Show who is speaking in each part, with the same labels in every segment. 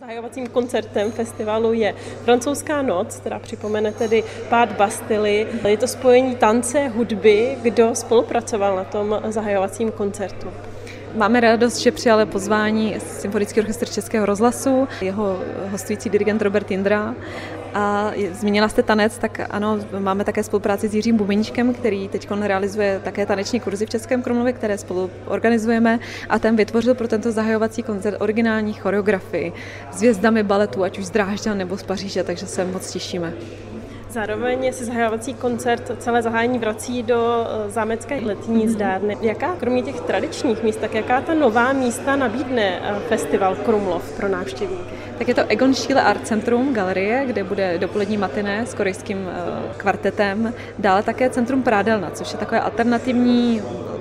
Speaker 1: Zahajovacím koncertem festivalu je Francouzská noc, která připomene tedy pád Bastily. Je to spojení tance, hudby. Kdo spolupracoval na tom zahajovacím koncertu?
Speaker 2: Máme radost, že přijal pozvání Symfonický orchestr Českého rozhlasu, jeho hostující dirigent Robert Jindra. A zmínila jste tanec, tak ano, máme také spolupráci s Jiřím Bubeníčkem, který teď realizuje také taneční kurzy v Českém Krumlově, které spolu organizujeme, a ten vytvořil pro tento zahajovací koncert originální choreografii s hvězdami baletu, ať už z Drážďan nebo z Paříže, takže se moc těšíme.
Speaker 1: Zároveň se zahajovací koncert celé zahájení vrací do zámecké letní zdárny. Jaká, kromě těch tradičních míst, tak jaká ta nová místa nabídne festival Krumlov pro návštěvníky?
Speaker 2: Tak je to Egon Schiele Art Centrum, galerie, kde bude dopolední matiné s korejským kvartetem. Dále také Centrum Prádelna, což je takové alternativní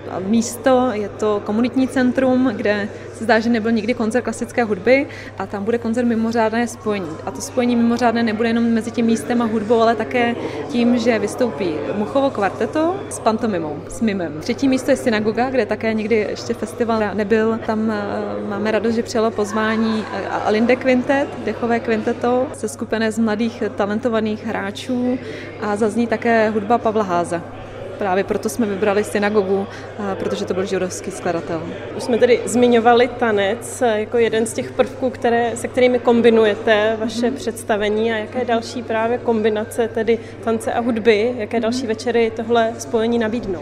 Speaker 2: místo, je to komunitní centrum, kde se zdá, že nebyl nikdy koncert klasické hudby, a tam bude koncert mimořádné spojení. A to spojení mimořádné nebude jenom mezi tím místem a hudbou, ale také tím, že vystoupí Muchovo kvarteto s pantomimou, s mimem. Třetí místo je synagoga, kde také nikdy ještě festival nebyl. Tam máme radost, že přijalo pozvání Alinde Quintet, dechové kvinteto, seskupené z mladých talentovaných hráčů, a zazní také hudba Pavla Háze. Právě proto jsme vybrali synagogu, protože to byl židovský skladatel.
Speaker 1: Už jsme tedy zmiňovali tanec jako jeden z těch prvků, se kterými kombinujete vaše představení, a jaké další právě kombinace tedy tance a hudby, jaké další večery tohle spojení nabídnou?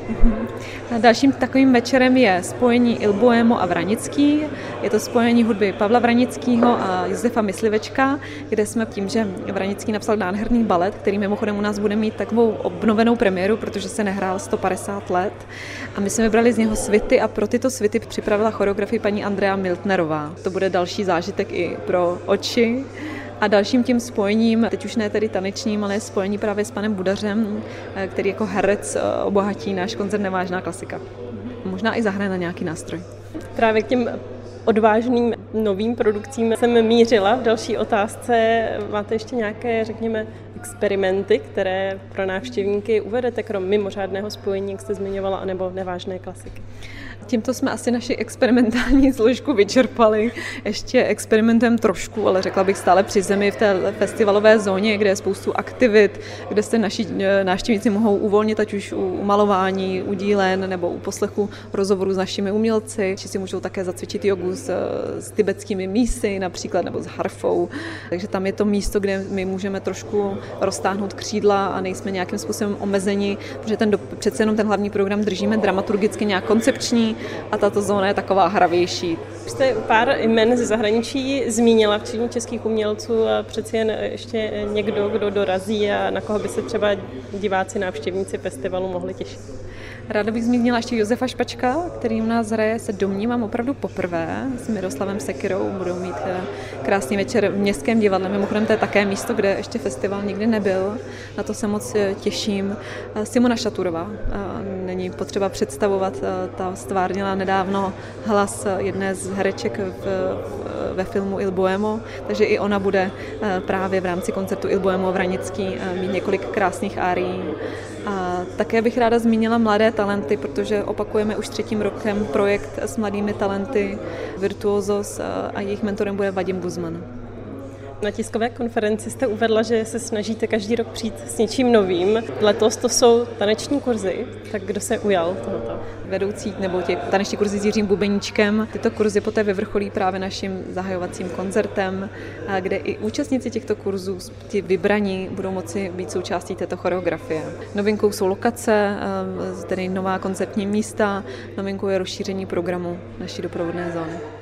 Speaker 2: Dalším takovým večerem je spojení Il Bohémo a Vranický. Je to spojení hudby Pavla Vranického a Josefa Myslivečka, kde jsme tím, že Vranický napsal nádherný balet, který mimochodem u nás bude mít takovou obnovenou premiéru, protože se nehrál 150 let. A my jsme vybrali z něho svity a pro tyto svity připravila choreografii paní Andrea Miltnerová. To bude další zážitek i pro oči. A dalším tím spojením, teď už ne tedy tanečním, ale spojení právě s panem Budařem, který jako herec obohatí náš koncert Nevážná klasika. Možná i zahraje na nějaký nástroj.
Speaker 1: Právě k těm odvážným novým produkcím jsem mířila. V další otázce máte ještě nějaké, řekněme, experimenty, které pro návštěvníky uvedete, krom mimořádného spojení, jak jste zmiňovala, anebo Nevážné klasiky?
Speaker 2: Tímto jsme asi naši experimentální složku vyčerpali. Ještě experimentujeme trošku, ale řekla bych stále při zemi v té festivalové zóně, kde je spoustu aktivit, kde se naši návštěvníci mohou uvolnit, ať už u malování, u dílen nebo u poslechu rozhovorů s našimi umělci, či si můžou také zacvičit jogu s tibetskými mísy například, nebo s harfou. Takže tam je to místo, kde my můžeme trošku roztáhnout křídla a nejsme nějakým způsobem omezeni, protože přece jenom ten hlavní program držíme dramaturgicky nějak koncepční, a tato zóna je taková hravější.
Speaker 1: Jste pár jmen ze zahraničí zmínila, včetně českých umělců, a přeci jen ještě někdo, kdo dorazí a na koho by se třeba diváci, návštěvníci festivalu mohli těšit.
Speaker 2: Ráda bych zmínila ještě Josefa Špačka, který u nás hraje, se domnívám, opravdu poprvé s Miroslavem Sekirou. Budou mít krásný večer v Městském divadle. Mimochodem to je také místo, kde ještě festival nikdy nebyl. Na to se moc těším. Simona Šaturová. Není potřeba představovat, ta stvárnila nedávno hlas jedné z hereček ve filmu Il Bohémo, takže i ona bude právě v rámci koncertu Il Bohémo a Vranický mít několik krásných árií. A také bych ráda zmínila mladé talenty, protože opakujeme už 3. rokem projekt s mladými talenty Virtuosos a jejich mentorem bude Vadim Buzman.
Speaker 1: Na tiskové konferenci jste uvedla, že se snažíte každý rok přijít s něčím novým. Letos to jsou taneční kurzy, tak kdo se ujal tohoto?
Speaker 2: Vedoucí nebo těch taneční kurzy s Jiřím Bubeníčkem. Tyto kurzy poté vyvrcholí právě naším zahajovacím koncertem, kde i účastníci těchto kurzů, ti vybraní, budou moci být součástí této choreografie. Novinkou jsou lokace, tedy nová koncertní místa, novinkou je rozšíření programu naší doprovodné zóny.